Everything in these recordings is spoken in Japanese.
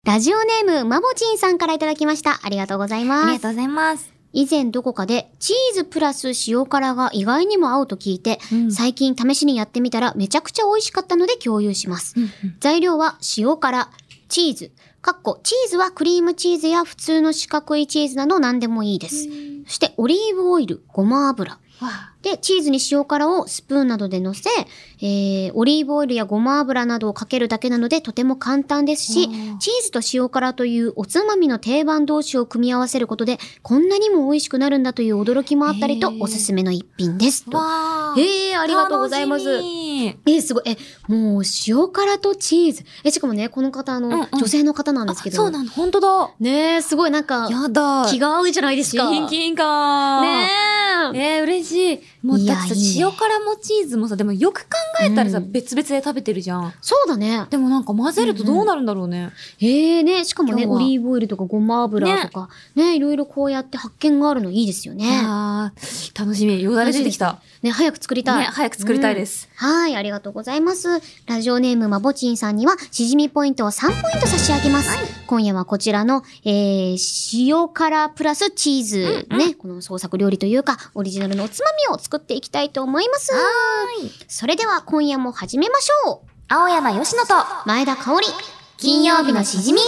ラジオネーム、まぼちんさんからいただきました。ありがとうございます。 ありがとうございます。 以前どこかでチーズプラス塩辛が意外にも合うと聞いて、最近試しにやってみたらめちゃくちゃ美味しかったので共有します。材料は塩辛、チーズ、チーズはクリームチーズや普通の四角いチーズなど何でもいいです。そしてオリーブオイル、ごま油。で、チーズに塩辛をスプーンなどで乗せ、オリーブオイルやごま油などをかけるだけなのでとても簡単ですし、チーズと塩辛というおつまみの定番同士を組み合わせることで、こんなにも美味しくなるんだという驚きもあったりとおすすめの一品です。 わー。ありがとうございます。すごい。もう塩辛とチーズ。しかもね、この方女性の方なんですけど。 そうなの、本当だ。 ねえ、すごいなんか、 やだ。 気が合うじゃないですか。 親近感。 ねえ。嬉しい。もうだってさ、塩辛もチーズもさ、でもよく考えたらさ、別々で食べてるじゃん。 そうだね。 でもなんか混ぜるとどうなるんだろうね。 ね、しかもね、オリーブオイルとかごま油とか、ね、いろいろこうやって発見があるのいいですよね。 楽しみ。よだれ出てきた。 ね、早く作りたい。 ね、早く作りたいです。 はい、ありがとうございます。ラジオネームまぼちんさんには、しじみポイントを3ポイント差し上げます。今夜はこちらの、塩辛プラスチーズ、ね、この創作料理というか、オリジナルのおつまみを作っていきたいと思います。それでは今夜も始めましょう。 青山よしのと前田香織、金曜日のしじみ。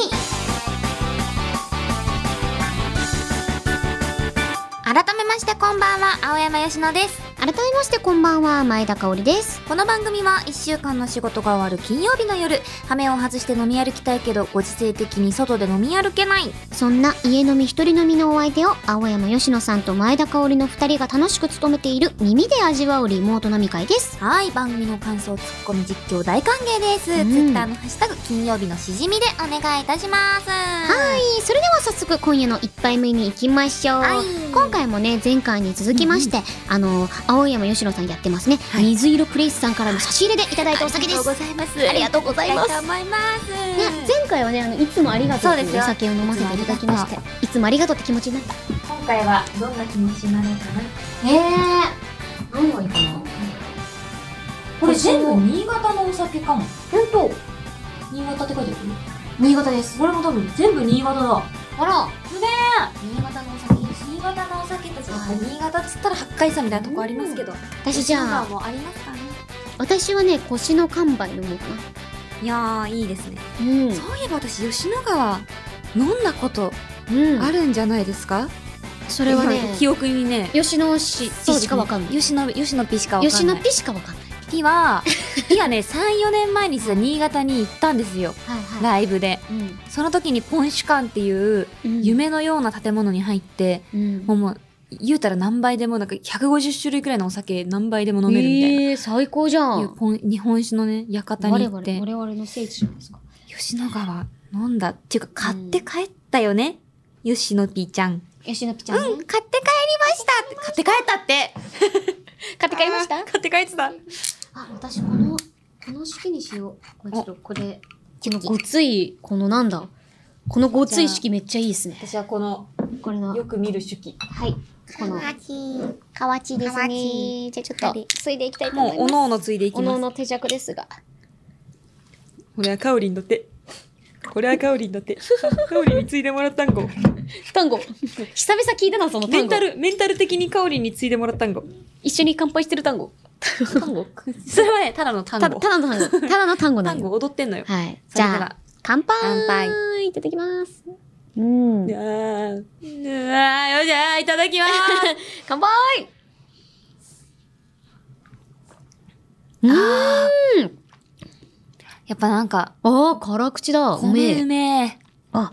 改めましてこんばんは、青山よしのです。 改めましてこんばんは、前田香織です。 この番組は1週間の仕事が終わる金曜日の夜、羽目を外して飲み歩きたいけどご時世的に外で飲み歩けない、 そんな家飲み一人飲みのお相手を青山よしのさんと前田香織の2人が楽しく務めている耳で味わうリモート飲み会です。 はい、番組の感想、ツッコミ、実況大歓迎です。Twitter のハッシュタグ金曜日のしじみでお願いいたします。 はい、それでは早速今夜の1杯目に行きましょう。今回もね、前回に続きまして、青山よしのさんやってますね、水色プレイスさんからの差し入れでいただいたお酒です。 ありがとうございます。ありがとうございます。 前回はね、いつもありがとうというお酒を飲ませていただきまして、いつもありがとうって気持ちになった。 今回はどんな気持ちになるかな。 何がいいかな。 これ全部新潟のお酒かも。 ほんと、 新潟って書いてある？ 新潟です。 これも多分全部新潟だ。 あら、 すげー。新潟のお酒。新潟のお酒たちは新潟っつったら八海山みたいなとこありますけど、 私じゃあもありますかね。 私はね、腰の完売飲もうかな。 いやー、いいですね。そういえば私吉野川飲んだことあるんじゃないですか。 それはね、 記憶にね、 吉野市しかわかんない。 吉野ピしかわかんない。 吉野ピしかわかんない。 ピはね、3、4年前に新潟に行ったんですよ。ライブで。その時にポンシュ館っていう夢のような建物に入って、もう言うたら何杯でもなんか150種類くらいのお酒何杯でも飲めるみたいな。 最高じゃん。 日本酒のね、館に行って。 我々の聖地じゃないですか。 吉野川飲んだっていうか買って帰ったよね。吉野ピーちゃん。 吉野ピーちゃんね。 買って帰りましたって。買って帰ったって買って帰りました？ 買って帰ってた。 私この式にしよう。これちょっとこれ、このごつい、このごつい式めっちゃいいですね。 私はこれのよく見る式。 はい。この河内ですね。じゃあちょっとついでいきたいと思います。 もうおのおのついでいきます。 おのおの手酌ですが。 これはカオリンの手。これはカオリンの手。カオリンについでもらったんご。 単語。久々聞いたな、その単語。 メンタル的にカオリンについでもらったんご。 一緒に乾杯してる単語。 単語それはね、ただの単語。 ただの単語なの。 単語踊ってんのよ。 はい。じゃあ、乾杯。いただきます。 よしゃー、いただきます。 乾杯。 やっぱなんか。 辛口だ。 うめえ。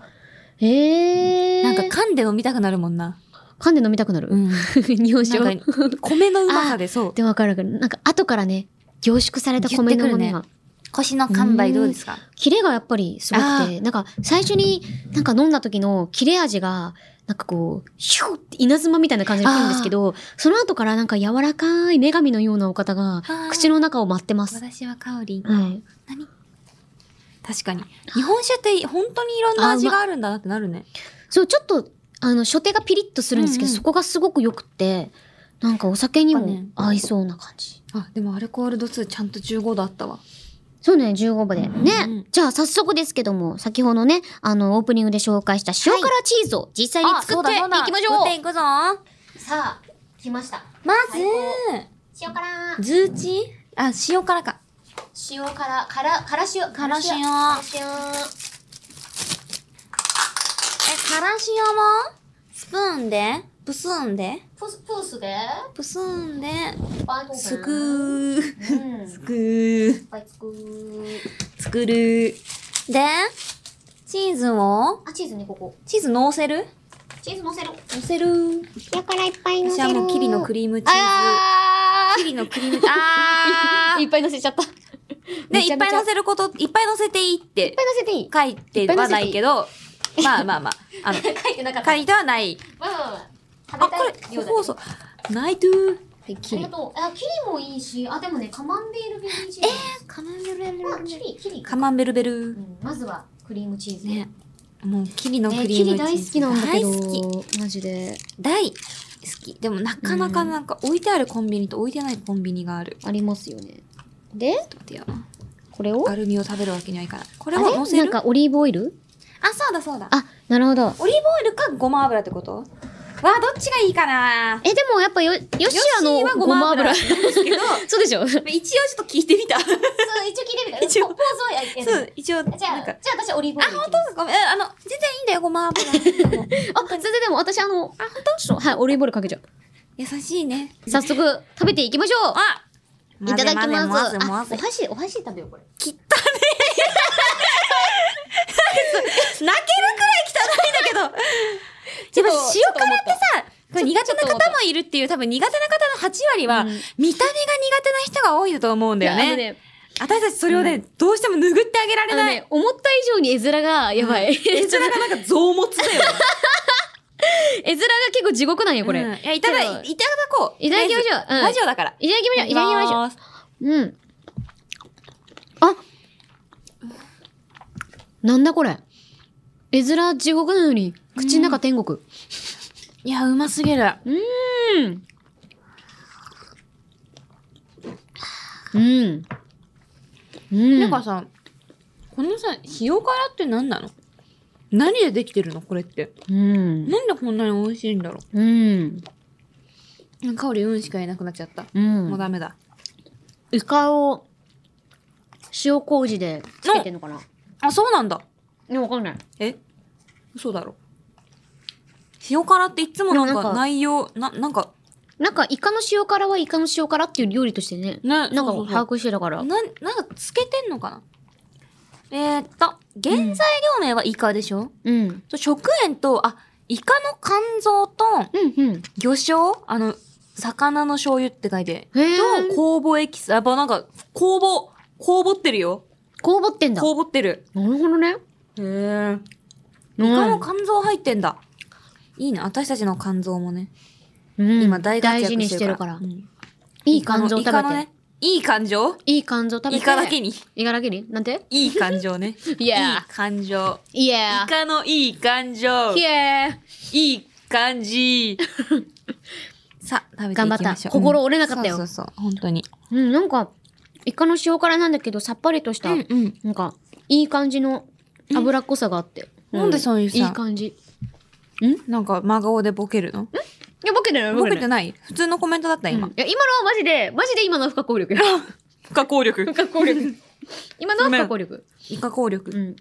なんか噛んで飲みたくなるもんな。 噛んで飲みたくなる。日本酒を。 米のうまさでそう。 で、わかる。なんか後からね、凝縮された米のものが。 腰の完売どうですか？ キレがやっぱりすごくて、なんか最初になんか飲んだ時のキレ味が、なんかこう、ヒューって稲妻みたいな感じで来るんですけど、その後からなんか柔らかい女神のようなお方が、口の中を舞ってます。 私は香り。 はい。 確かに。日本酒って本当にいろんな味があるんだなってなるね。 そう、ちょっと、初手がピリッとするんですけど、そこがすごく良くって、なんかお酒にも合いそうな感じ。 でもアルコール度数ちゃんと15度あったわ。 そうね、15部で。ね。じゃあ早速ですけども、先ほどね、オープニングで紹介した塩辛チーズを実際に作っていきましょう。 作っていくぞ。 さあ、来ました。 まず、 塩辛。 ズーチあ、塩辛か。 塩辛、から塩。 から塩。 塩。 から塩もスプーンでプスーンでプースでプスーンで、すくー。 すくー。 いっぱい作る。 作る。で、チーズをあ、チーズね、ここ。 チーズ乗せるチーズ乗せる。 乗せる。 塩辛いっぱい乗せる。 私はもうキリのクリームチーズ。キリのクリーム、 いっぱい乗せちゃった。 で、いっぱい乗せること、いっぱい乗せていいっていっぱい乗せていい書いてはないけど、まあまあまあ、 書いてなかった。 書いてはない。 まあまあまあ。 あ、これ、放送。ナイトゥー。はい、 キリ。キリもいいし、でもね、カマンベールベリーチーズ。 カマンベルベル。 キリ。 カマンベルベル。 まずは、クリームチーズ。 ね。もう、キリのクリームチーズ。 キリ大好きなんだけど。 大好き。 マジで。 大好き。でも、なかなかなんか、置いてあるコンビニと置いてないコンビニがある。 ありますよね。で、 ちょっと待ってよ。 これをアルミを食べるわけにはいかない。これは乗せるなんかオリーブオイルあ、そうだそうだ。 あ、なるほど。 オリーブオイルかごま油ってことわあ、どっちがいいかなでもやっぱよしのはごま油。 なんですけど、 そうでしょ一応ちょっと聞いてみた。 そう、一応聞いてみた。 一応ポーズはやる。 そう、一応、 じゃあ私オリーブオイル。 あ、本当ごめん。全然いいんだよ、ごま油。 全然でも私本当はい、オリーブオイルかけちゃう。 優しいね。 早速、食べていきましょう。 あいただきます。 お箸食べよう、これ。 切ったね。泣けるくらい汚いんだけど。でも塩辛ってさ、これ苦手な方もいるっていう、多分苦手な方の8割は、見た目が苦手な人が多いと思うんだよね。私たちそれをね、どうしても拭ってあげられない。 思った以上に絵面がやばい。 絵面がなんか臓物だよ。 絵面が結構地獄なんよ、これ。 いや、いただこう。 いただきましょう。 ラジオだから。 いただきましょう。うん。あ、なんだこれ。絵面地獄なのに、口の中天国。 いや、うますぎる。なんかさ、このさ、塩辛って何なの？何でできてるのこれって。なんでこんなに美味しいんだろう。香りしかいなくなっちゃった。もうダメだ。 イカを塩麹でつけてんのかなあ、そうなんだ。 わかんない。 嘘だろ。塩辛っていつもなんか内容、なんかイカの塩辛はイカの塩辛っていう料理としてね。なんか把握してたから。 なんかつけてんのかな原材料名はイカでしょ食塩と、イカの肝臓と、魚醤魚の醤油って書いて。と、酵母エキス。やっぱなんか、酵母ってるよ。 酵母ってんだ。 酵母ってる。 なるほどね。 イカの肝臓入ってんだ。いいね。私たちの肝臓もね。今大活躍してるから。いい肝臓食べて。いい感情いい肝臓食べて。 イカだけに。 イカだけになんていい感情ね。いい感情。イカのいい感情。いい感じ。さあ、食べていきましょう。 頑張った。心折れなかったよ。 そう、本当に。 なんか、イカの塩辛なんだけど、さっぱりとした、なんか、いい感じの脂っこさがあって。 なんでそういうさ、 いい感じ。 なんか真顔でボケるの？ いや、ボケてない。 ボケてない？普通のコメントだった今。 いや、今のはマジで今のは不可抗力。 不可抗力。 不可抗力。今のは不可抗力。 イカ抗力。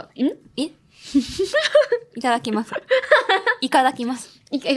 いただきます。いただきます。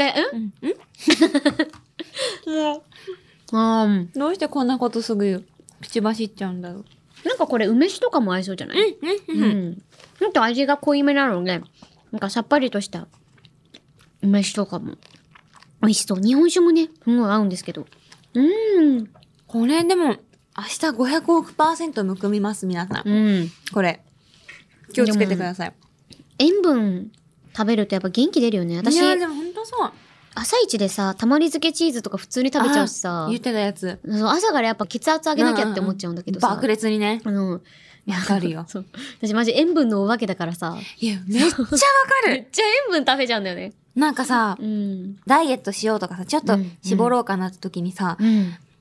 どうしてこんなことすぐ口走っちゃうんだろう。 なんかこれ梅酒とかも合いそうじゃない？なんか味が濃いめなので、なんかさっぱりとした梅酒とかも美味しそう。日本酒もね、すごい合うんですけど。 これでも、明日500億%むくみます、皆さん。これ。気をつけてください。 塩分食べるとやっぱ元気出るよね。私、 いや、でもほんとそう。 朝一でさ、たまり漬けチーズとか普通に食べちゃうしさ。 言ってたやつ。 朝からやっぱ血圧上げなきゃって思っちゃうんだけどさ。 爆裂にね。わかるよ。 私マジ塩分のお化けだからさ。 いや、めっちゃわかる。 めっちゃ塩分食べちゃうんだよね。 なんかさ、ダイエットしようとかさ、ちょっと絞ろうかなって時にさ、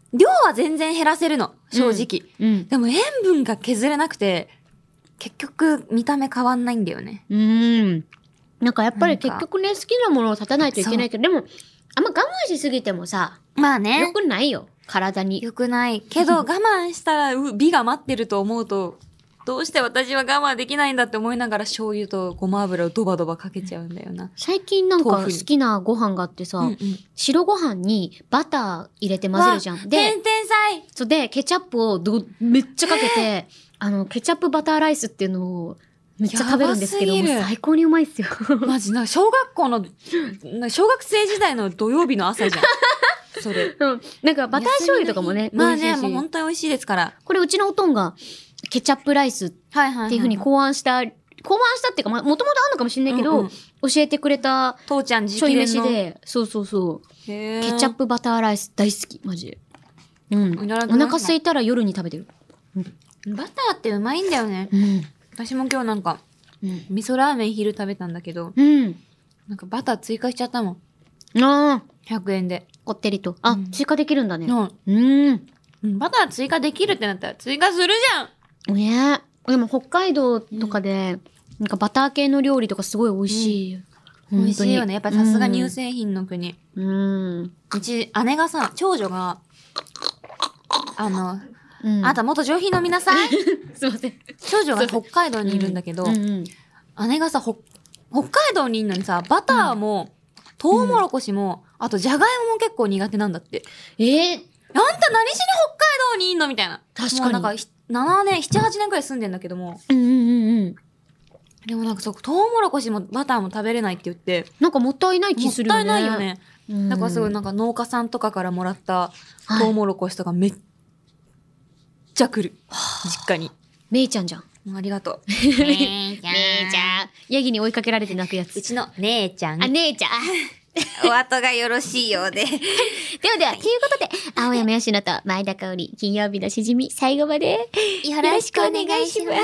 量は全然減らせるの、正直。でも塩分が削れなくて、結局見た目変わんないんだよね。 なんかやっぱり結局ね、好きなものを立たないといけないけど、でも、あんま我慢しすぎてもさ、 まあね。 良くないよ、体に。 良くない。けど我慢したら美が待ってると思うと、どうして私は我慢できないんだって思いながら醤油とごま油をドバドバかけちゃうんだよな。 最近なんか好きなご飯があってさ、白ご飯にバター入れて混ぜるじゃん。で、 天才そうで、ケチャップをめっちゃかけて、ケチャップバターライスっていうのをめっちゃ食べるんですけど、もう最高にうまいっすよ。 マジ、なんか小学生時代の土曜日の朝じゃん。それ。 なんかバター醤油とかもね、 まあね、もう本当に美味しいですから。 これうちのおとんが、ケチャップライスっていう風に考案したっていうか、もともとあるのかもしれないけど、教えてくれた、 父ちゃん直ちょい伝の。 飯で、そう。ケチャップバターライス大好き、マジで。お腹空いたら夜に食べてる。 バターってうまいんだよね。私も今日なんか、味噌ラーメン昼食べたんだけど、なんかバター追加しちゃったもん。 ああ。 100円で。 こってりと。追加できるんだね。 バター追加できるってなったら追加するじゃん。 ねえ。でも北海道とかで、なんかバター系の料理とかすごい美味しい。 美味しいよね。やっぱさすが乳製品の国。うち、姉がさ、長女が、あなたもっと上品飲みなさい。 すいません。 長女が北海道にいるんだけど、姉がさ、北海道にいるのにさ、バターも、トウモロコシも、あとじゃがいもも結構苦手なんだって。あんた何しに北海道にいんのみたいな。 確かに。 もうなんか、7年、7、8年くらい住んでんだけども。でもなんかトウモロコシもバターも食べれないって言って。 なんかもったいない気するよね。 もったいないよね。だからすごいなんか農家さんとかからもらったトウモロコシとかめっちゃ来る。実家に。 めいちゃんじゃん。 ありがとう。 めいちゃん。ヤギに追いかけられて泣くやつ。 うちの姉ちゃん。 姉ちゃん。 お後がよろしいようで。 では、ということで、青山佳乃と前田香織、金曜日のしじみ、最後までよろしくお願いします。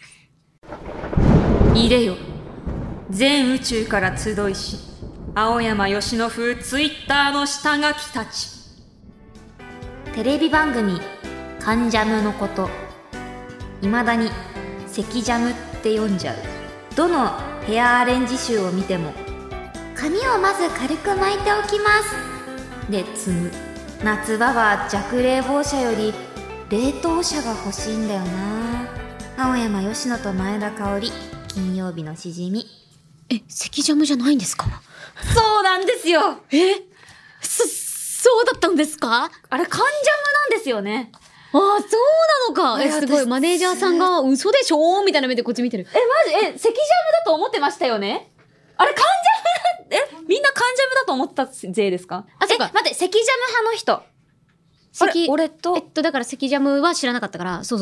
入れよ。全宇宙から集いし、青山佳乃風ツイッターの下書きたち。テレビ番組、カンジャムのこと。未だに、関ジャムって読んじゃう。どのヘアアレンジ集を見ても、髪をまず軽く巻いておきますで積む。夏場は弱冷房車より冷凍車が欲しいんだよな。青山佳乃と前田香織、金曜日のしじみ。 関ジャムじゃないんですか？ そうなんですよ。 そうだったんですか？ あれカンジャムなんですよね。 ああ、そうなのか。すごい、マネージャーさんが嘘でしょみたいな目でこっち見てる。 マジ関ジャムだと思ってましたよね。あれカンジャムみんなカンジャムだと思ったぜですか？ そうか。 待って、関ジャム派の人。俺と。 だから関ジャムは知らなかったから、そう。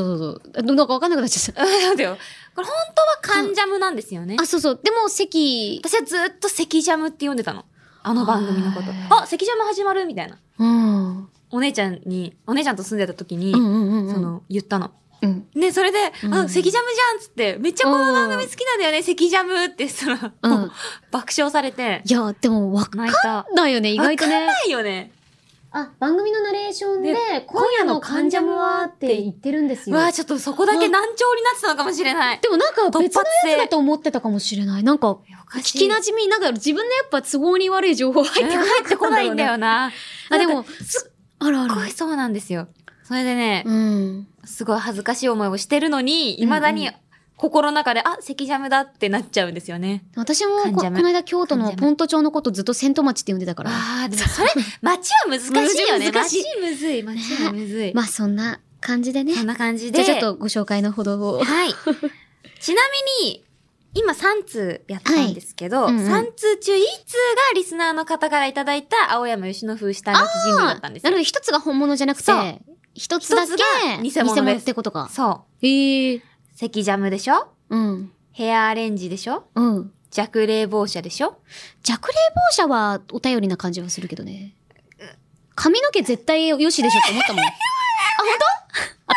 なんかわかんなくなっちゃった。 待ってよ。これ本当はカンジャムなんですよね。 そう。でも私はずっと関ジャムって呼んでたの。あの番組のこと。関ジャム始まるみたいな。お姉ちゃんと住んでた時に、言ったの。ね、それで、関ジャムじゃんっつって、めっちゃこの番組好きなんだよね、関ジャムって言ったら、爆笑されて。 いや、でもわかんないよね、意外とね。 わかんないよね。 番組のナレーションで、今夜のカンジャムはって言ってるんですよ。 ちょっとそこだけ難聴になってたのかもしれない。 でもなんか別のやつだと思ってたかもしれない。なんか、聞き馴染み、なんか自分のやっぱ都合に悪い情報入ってこないんだよな。 でも、 すっごいそうなんですよ。それでね、すごい恥ずかしい思いをしてるのに、未だに心の中で、関ジャムだってなっちゃうんですよね。 私もこの間京都のポント町のことずっと千戸町って呼んでたから。 でもそれ、町は難しいよね。 町むずい。 まあそんな感じでね。 そんな感じで。 じゃあちょっとご紹介のほどを。 はい。ちなみに、今3通やったんですけど、3通中1通がリスナーの方からいただいた青山佳乃風下書き人類だったんですよ。 なるほど、1つが本物じゃなくて、1つだけ偽物ってことか。 そう。関ジャムでしょ？ヘアアレンジでしょ？弱冷房車でしょ？ 弱冷房車はお便りな感じはするけどね。髪の毛絶対よしでしょって思ったもん。本当？当たった？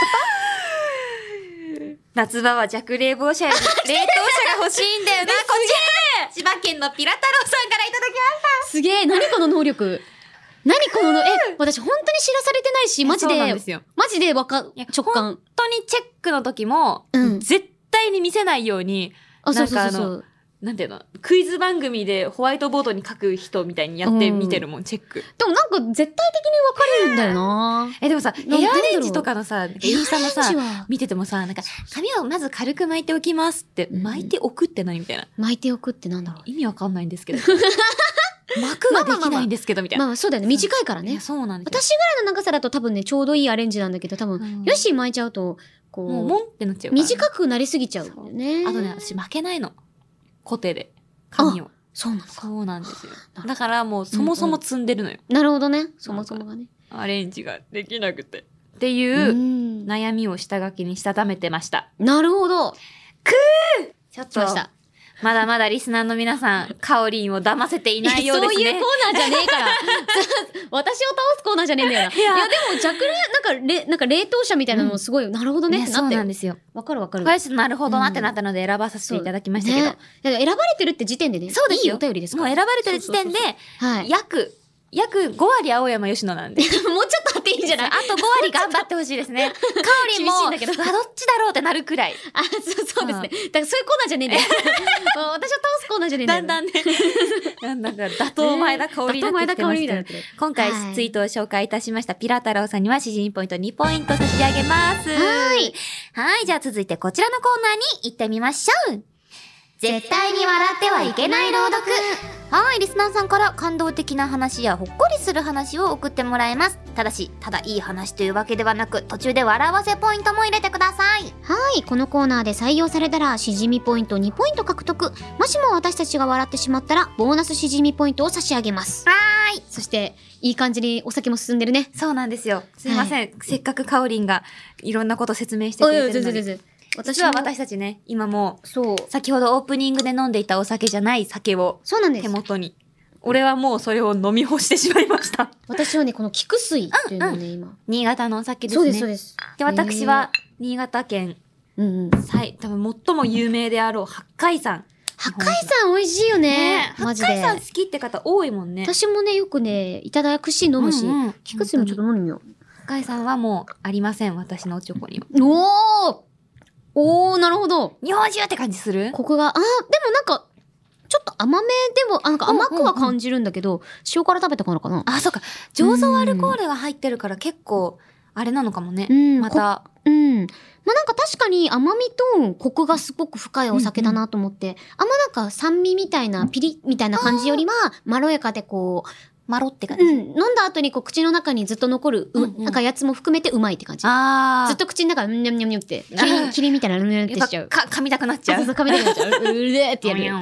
夏場は弱冷房車より冷凍車が欲しいんだよな。こちら千葉県のピラ太郎さんからいただきました。 すげえ、何この能力。 何この、私本当に知らされてないし、マジで、直感。 本当にチェックの時も、絶対に見せないように、なんていうの、クイズ番組でホワイトボードに書く人みたいにやって見てるもん、チェック。 でもなんか絶対的に分かれるんだよな。 でもさ、ヘアアレンジとかのさ、インスタのさ、見ててもさ、なんか、髪をまず軽く巻いておきますって、巻いておくって何みたいな。 巻いておくってなんだろう。 意味わかんないんんですけど。巻くができないんですけど、みたいな。 まあそうだよね。短いからね。 そうなんです。 私ぐらいの長さだと多分ね、ちょうどいいアレンジなんだけど、多分、よし巻いちゃうと、こう、 もう、もんってなっちゃう。 短くなりすぎちゃうんだよね。 あとね、私巻けないの。コテで。髪を。 そうなのか。 そうなんですよ。だからもうそもそも積んでるのよ。 なるほどね。そもそもがね。 アレンジができなくて。っていう悩みを下書きにしたためてました。 なるほど。 ちょっと。まだまだリスナーの皆さん、カオリンを騙せていないようですね。 そういうコーナーじゃねえから。私を倒すコーナーじゃねえんだよな。いや、でも弱なんか冷凍車みたいなのもすごい、なるほどね。 そうなんですよ。 わかるわかる。 これちょっとなるほどなってなったので選ばさせていただきましたけど。 選ばれてるって時点でね。 そうですよ。 いいお便りですかもう選ばれてる時点で、約5割青山吉野なんで。 もうちょっとあっていいんじゃない？ あと5割頑張ってほしいですね。カオリンも、どっちだろうってなるくらい。 そうですね。だからそういうコーナーじゃねえんだよ。私を倒すコーナーじゃねえんだよ。 だんだんね。なんか、打倒前田香織になってきてました。今回ツイートを紹介いたしましたピラ太郎さんには詩人ポイント2ポイント差し上げます。はい、じゃあ続いてこちらのコーナーに行ってみましょう。絶対に笑ってはいけない朗読。はい、リスナーさんから感動的な話やほっこりする話を送ってもらえます。ただし、ただいい話というわけではなく、途中で笑わせポイントも入れてください。 はい、このコーナーで採用されたら、しじみポイント2ポイント獲得。もしも私たちが笑ってしまったら、ボーナスしじみポイントを差し上げます。そして、いい感じにお酒も進んでるね。 そうなんですよ。すいません。せっかくかおりんがいろんなこと説明してくれてるのに。実は私たちね、今もう、先ほどオープニングで飲んでいたお酒じゃない酒を、手元に。俺はもうそれを飲み干してしまいました。 私はね、この菊水っていうのをね、今。 新潟のお酒ですね。 そうです、そうです。 で、私は、新潟県、多分最も有名であろう八海山。 八海山美味しいよね。マジで。 八海山好きって方多いもんね。 私もね、よくね、いただくし飲むし、菊水もちょっと飲んでみよう。 八海山はもうありません、私のおちょこには。 おー、なるほど。 日本酒って感じする？ コクが、でもなんか、ちょっと甘めでも、なんか甘くは感じるんだけど、塩辛食べたからかな。 そうか。醸造アルコールが入ってるから結構、あれなのかもね。また。 まあなんか確かに甘みとコクがすごく深いお酒だなと思って、なんか酸味みたいな、ピリッみたいな感じよりは、まろやかでこう、 まろって感じ。 飲んだ後にこう口の中にずっと残る、なんかやつも含めてうまいって感じ。ずっと口の中でニャンニャンニャンって、キリンみたいなニャンニャンってしちゃう。 噛みたくなっちゃう。 噛みたくなっちゃう。うれーってやる。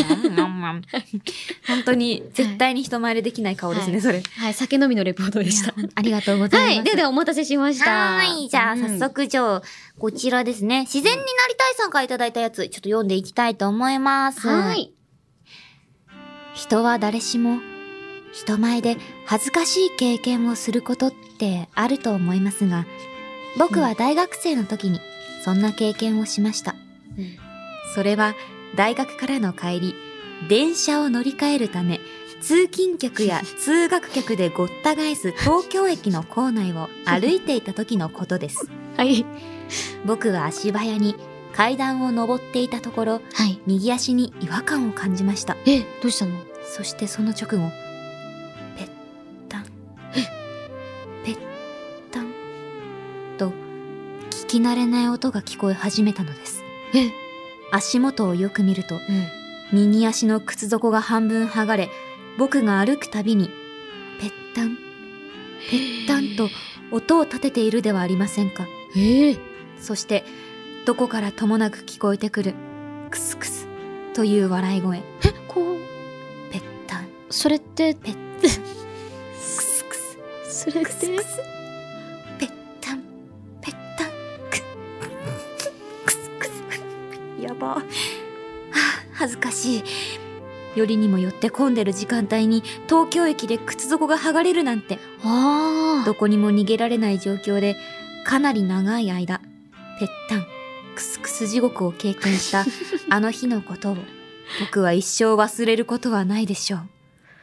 本当に、絶対に人前でできない顔ですね、それ。 はい、酒飲みのレポートでした。 ありがとうございます。 はい、ではお待たせしました。 はい、じゃあ早速こちらですね。自然になりたいさんからいただいたやつ、ちょっと読んでいきたいと思います。 はい。 人は誰しも、人前で恥ずかしい経験をすることってあると思いますが、僕は大学生の時にそんな経験をしました。それは大学からの帰り、電車を乗り換えるため、通勤客や通学客でごった返す東京駅の構内を歩いていた時のことです。 はい。 僕は足早に階段を登っていたところ、右足に違和感を感じました。 どうしたの？ そしてその直後、ペッタン、ペッタンと聞き慣れない音が聞こえ始めたのです。足元をよく見ると、右足の靴底が半分剥がれ、僕が歩くたびにペッタン、ペッタンと音を立てているではありませんか。そしてどこからともなく聞こえてくるクスクスという笑い声。ペッタン。 それってペックスクス。 それってペッタン、ペッタン、クスクス。やば。恥ずかしい。よりにもよって混んでる時間帯に東京駅で靴底が剥がれるなんて。どこにも逃げられない状況で、かなり長い間、ペッタン、クスクス地獄を経験したあの日のことを、僕は一生忘れることはないでしょう。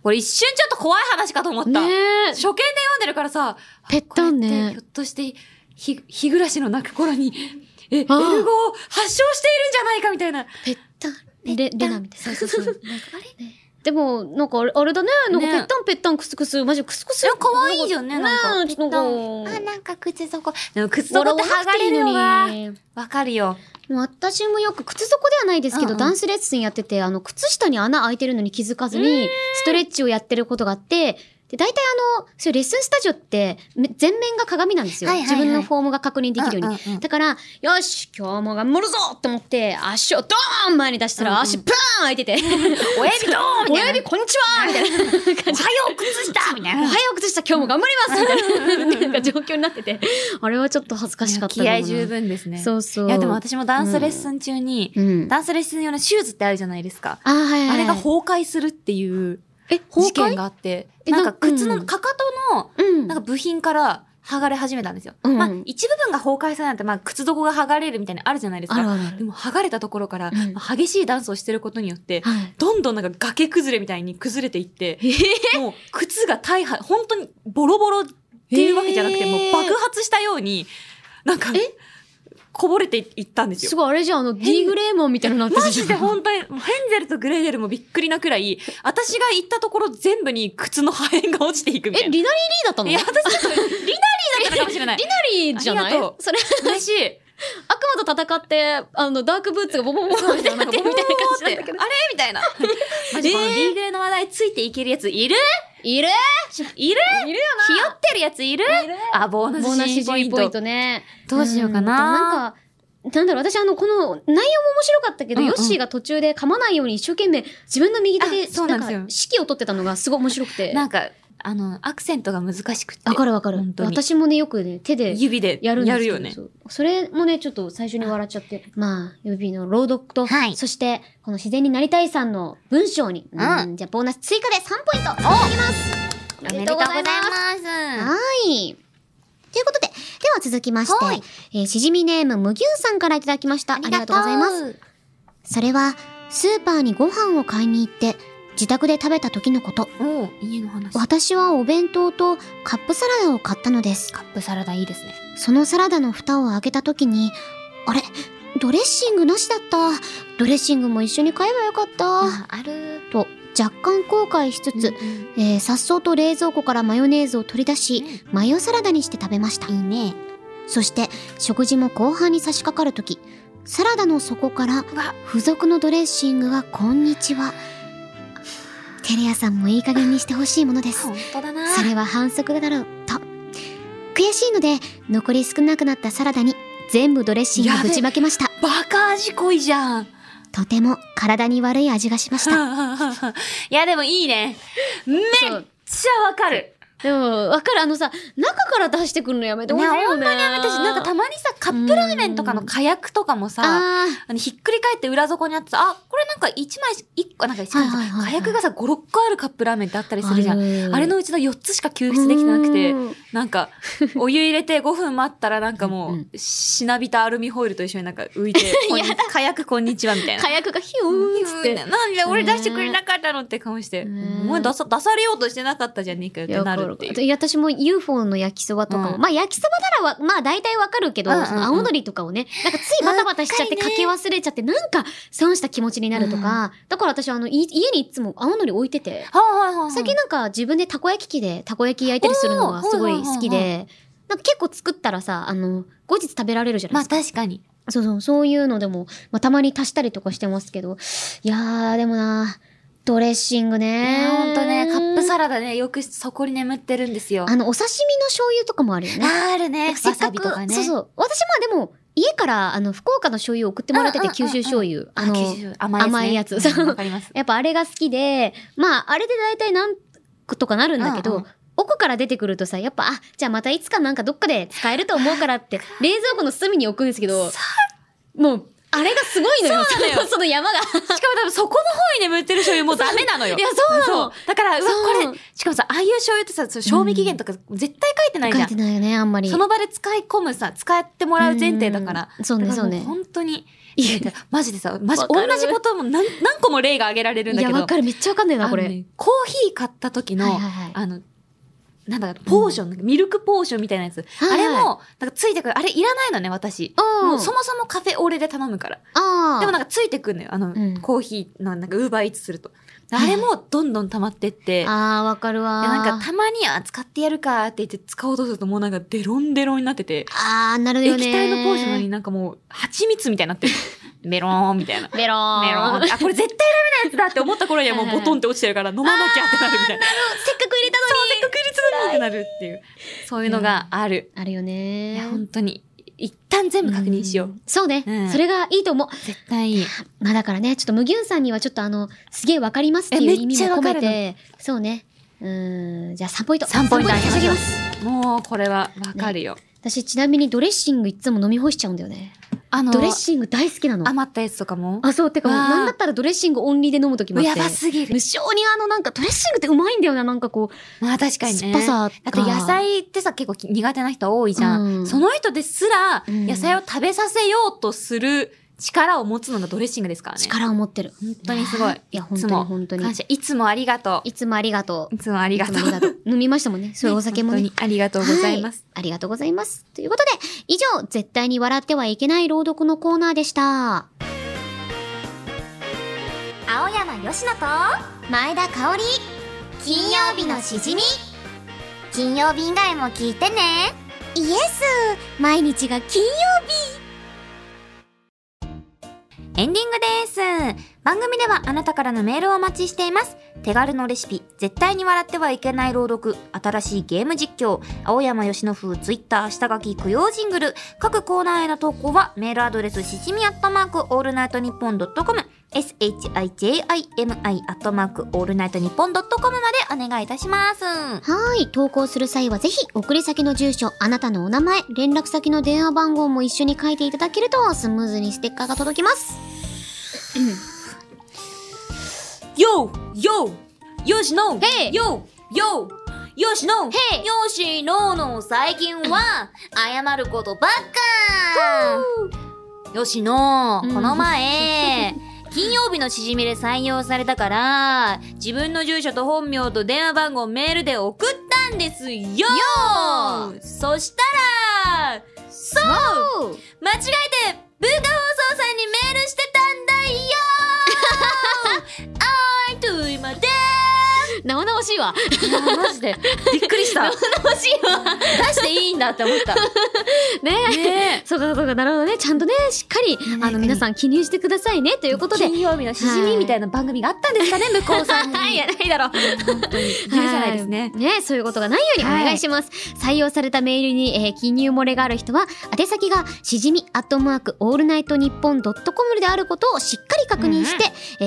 これ一瞬ちょっと怖い話かと思った。 ねえ。 初見で読んでるからさ、 ぺったんね。 これってひょっとして日暮らしの泣く頃に、エルゴを発症しているんじゃないかみたいな。 ぺったん。レナみたいな。そうそうそう。なんかあれね。でも、なんかあれだね。なんかぺったんぺったんクスクス。マジクスクス。 可愛いじゃんね。なんか。なんか靴底。でも靴底って剥がれるよな。わかるよ。 私もよく靴底ではないですけど、ダンスレッスンやってて、靴下に穴開いてるのに気づかずに、ストレッチをやってることがあって、で、大体そういうレッスンスタジオって、全面が鏡なんですよ。自分のフォームが確認できるように。だから、よし今日も頑張るぞと思って、足をドーン前に出したら、足プーン開いてて、 親指ドーン親指こんにちはみたいな感じ。 おはよう靴下みたいな。 おはよう靴下今日も頑張りますみたいな、なんか状況になってて、あれはちょっと恥ずかしかったな。 気合十分ですね。 そうそう。 いやでも私もダンスレッスン中に、ダンスレッスン用のシューズってあるじゃないですか。 あれが崩壊するっていう事件があって、なんか靴の、かかとの、なんか部品から剥がれ始めたんですよ。まあ、一部分が崩壊するなんて、まあ、靴底が剥がれるみたいなのあるじゃないですか。でも、剥がれたところから、激しいダンスをしてることによって、どんどんなんか崖崩れみたいに崩れていって、もう、靴が本当にボロボロっていうわけじゃなくて、もう爆発したように、なんか、こぼれていったんですよ。 すごい、あれじゃディグレーモンみたいなのなってるじゃん。 マジで本当に、ヘンゼルとグレーデルもびっくりなくらい、私が行ったところ全部に靴の破片が落ちていくみたいな。 リナリーだったの？ いや、私ちょっと、リナリーだったかもしれない。 リナリーじゃない？それ、 嬉しい。 悪魔と戦って、ダークブーツがボボボボみたいな感じだったけど。 あれみたいな。マジこのリーグレの話題ついていけるやついるいるよな。ひよってるやついるあ、ボーナス C ポイントね。 どうしようかな。 なんだろう、私この内容も面白かったけど、ヨッシーが途中で噛まないように一生懸命自分の右手で、なんか、指揮を取ってたのがすごい面白くて。 なんか、アクセントが難しくて。 わかるわかる。私もね、よくね、手で。 指でやるよね。 それもね、ちょっと最初に笑っちゃって。まあ、指の朗読と、そして、この自然になりたいさんの文章に、じゃあボーナス追加で3ポイントいただきます。 おめでとうございます。 はい。ということで、では続きまして、しじみネームむぎゅうさんからいただきました。ありがとうございます。それは、スーパーにご飯を買いに行って、自宅で食べた時のこと。 家の話。 私はお弁当とカップサラダを買ったのです。 カップサラダいいですね。 そのサラダの蓋を開けた時に、あれ、ドレッシングなしだった。ドレッシングも一緒に買えばよかった。と、若干後悔しつつ、さっそうと冷蔵庫からマヨネーズを取り出し、マヨサラダにして食べました。いいね。そして、食事も後半に差し掛かるとき、サラダの底から、付属のドレッシングがこんにちは。テレアさんもいい加減にしてほしいものです。 本当だな。 それは反則だろう、と。悔しいので、残り少なくなったサラダに、全部ドレッシングぶちまけました。 バカ味濃いじゃん。 とても体に悪い味がしました。 いやでもいいね。めっちゃわかる。 でも、わかる。中から出してくるのやめてほしいよね。 本当にやめてし、なんかたまにさ、カップラーメンとかの火薬とかもさ、ひっくり返って裏底にあってさ、これなんか1枚、1個、なんか火薬がさ、5、6個あるカップラーメンってあったりするじゃん。あれのうちの4つしか救出できてなくて、なんか、お湯入れて5分待ったらなんかもう、しなびたアルミホイルと一緒になんか浮いて、火薬こんにちはみたいな。 火薬がヒューンって。 なんで俺出してくれなかったのって顔して、お前出されようとしてなかったじゃねえかよってなる。 私も UFO の焼きそばとかも、まあ焼きそばならまあ大体わかるけど、その青のりとかをね、なんかついバタバタしちゃってかけ忘れちゃって、なんか損した気持ちになるとか、だから私家にいつも青のり置いてて、最近なんか自分でたこ焼き器でたこ焼き焼いたりするのがすごい好きで、なんか結構作ったらさ、後日食べられるじゃないですか。 まあ確かに。 そういうのでも、まあたまに足したりとかしてますけど、いやーでもなドレッシングね。 いや、ほんとね、カップサラダね、よくそこに眠ってるんですよ。 お刺身の醤油とかもあるよね。 あるね。わさびとかね。 そう。私でも、家から、福岡の醤油を送ってもらってて、九州醤油。甘いやつ。 わかります。 やっぱあれが好きで、まあ、あれで大体なんとかなるんだけど、奥から出てくるとさ、やっぱ、じゃあまたいつかなんかどっかで使えると思うからって、冷蔵庫の隅に置くんですけど、もう、あれがすごいのよ。その山が。しかも多分そこの方に眠ってる醤油もうダメなのよ。 いや、そうなの。 だから、これ、しかもさ、ああいう醤油ってさ、賞味期限とか絶対書いてないじゃん。 書いてないよね、あんまり。 その場で使い込むさ、使ってもらう前提だから。 そうね。 本当に、 マジでさ、同じことも何個も例が挙げられるんだけど。 いや、わかる。めっちゃわかんないな、これ。 コーヒー買った時の、なんだかポーション、ミルクポーションみたいなやつ。あれも、なんかついてくる。あれいらないのね、私。もうそもそもカフェオレで頼むから。でもなんかついてくるのよ。コーヒーのなんかウーバーイーツすると。あれもどんどん溜まってって。 わかるわ。 なんかたまには使ってやるかって言って使おうとするともうなんかデロンデロンになってて。 なるよね。 液体のポーションになんかもう蜂蜜みたいになってる。メローンみたいな。 メローン。 メローン。これ絶対ダメなやつだって思った頃にはもうボトンって落ちてるから飲まなきゃってなるみたいな。 せっかく入れたのに。 そう、せっかく入れたのにってなるっていう。そういうのがある。 あるよね。 いや、本当に。一旦全部確認しよう。 そうね。それがいいと思う。 絶対いい。 まあだからね、ちょっと無限さんにはちょっとすげえわかりますっていう意味も込めて、そうね。じゃあ3ポイント。 3ポイントあげます。もうこれはわかるよ。 私ちなみにドレッシングいつも飲み干しちゃうんだよね。ドレッシング大好きなの。 余ったやつとかも？ そう、てかなんだったらドレッシングオンリーで飲むときもあって。 やばすぎる。 無性になんかドレッシングってうまいんだよな、なんかこう。 まあ確かにね。 酸っぱさ。 だって野菜ってさ、結構苦手な人多いじゃん。その人ですら、野菜を食べさせようとする力を持つのがドレッシングですからね。 力を持ってる。 本当にすごい。 いや、本当に本当に。 感謝。いつもありがとう。 いつもありがとう。 いつもありがとう。 飲みましたもんね。そういうお酒もね。 本当にありがとうございます。 ありがとうございます。ということで、以上、絶対に笑ってはいけない朗読のコーナーでした。 青山よしのと前田香織、金曜日のしじみ。金曜日以外も聞いてね。イエス、毎日が金曜日。 エンディングです。番組ではあなたからのメールをお待ちしています。手軽のレシピ、絶対に笑ってはいけない朗読、新しいゲーム実況、青山よしの風ツイッター下書き供養ジングル、各コーナーへの投稿はメールアドレスしじみ@allnightnippon.com、shijimi@allnightnippon.com までお願いいたします。 はい。投稿する際はぜひ、送り先の住所、あなたのお名前、連絡先の電話番号も一緒に書いていただけると、スムーズにステッカーが届きます。 よしのへいよしのへいよしの最近は謝ることばっかよしのこの前金曜日のしじみで採用されたから自分の住所と本名と電話番号をメールで送ったんですよそしたらそう間違えて文化放送さんにメールしてたんだよあーいといまで生々しいわ。 マジでびっくりした。 生々しいわ。 出していいんだって思った。 ねえ。そうか、なるほどね。ちゃんとね、しっかり、皆さん記入してくださいね。ということで。 金曜日のしじみみたいな番組があったんですかね、向こうさんに。 いや、ないだろう。 本当に。許さないですね。 ねそういうことがないようにお願いします。採用されたメールに、記入漏れがある人は、宛先がしじみ@allnightnippon.comであることをしっかり確認して、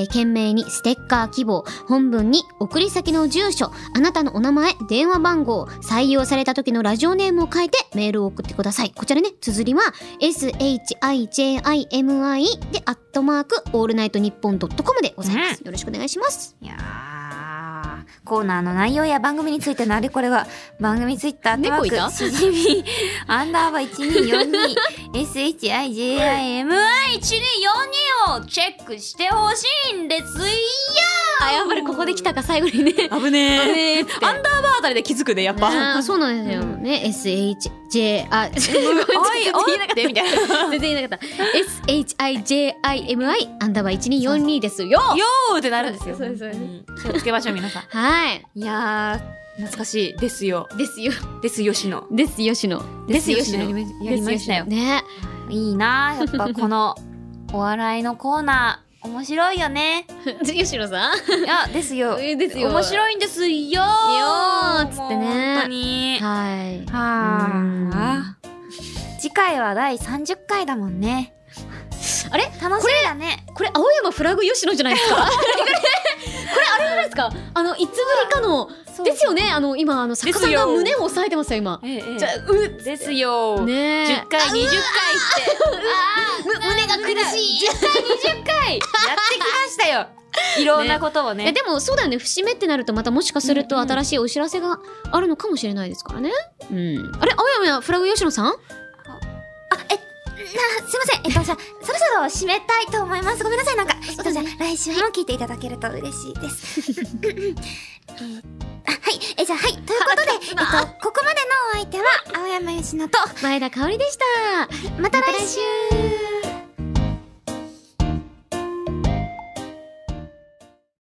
懸命にステッカー希望、本文に送り先の住所、あなたのお名前、電話番号、採用された時のラジオネームを書いてメールを送ってください。こちらね、綴りは shijimi で@allnightnippon.com でございます。よろしくお願いします。 いやー、コーナーの内容や番組についてのあれこれは番組ツイッター猫いたしじみ_1242 shijimi1242 をチェックしてほしいんですよやっぱりここで来たか最後にね。 危ねー。アンダーバーあたりで気づくね、やっぱ。 そうなんですよ。ね、shij、全然言えなかった。みたいな。全然言えなかった。shijimi_1242 ですよ。 よーってなるんですよ。 そうです。 気をつけましょう、皆さん。 はい。 いやー、懐かしい。ですよ。 ですよ。 ですよしの。 ですよしの。 ですよしの。やりましたよ。 ね。 いいなー、やっぱこのお笑いのコーナー。面白いよね。 吉野さんいや、ですよ。 ですよ。 面白いんですよーつってね。 本当に。 はい。 次回は第30回だもんね。 あれ楽しみだね。 これ青山フラグ吉野じゃないですかこれあれじゃないですかいつぶりかの、ですよね今、作家さんが胸を押さえてますよ、今。じゃですよ。 ね 10回、20回って。 胸が苦しい。 10回、20回やってきましたよ。いろんなことをね。 でもそうだよね、節目ってなるとまたもしかすると新しいお知らせがあるのかもしれないですからね。あれ青山フラグ吉野さんすいません。じゃあ、そろそろ締めたいと思います。ごめんなさい、なんか。じゃあ、来週も聞いていただけると嬉しいです。はい。じゃあ、はい。ということで、ここまでのお相手は、青山佳乃と、 前田香織でした。 また来週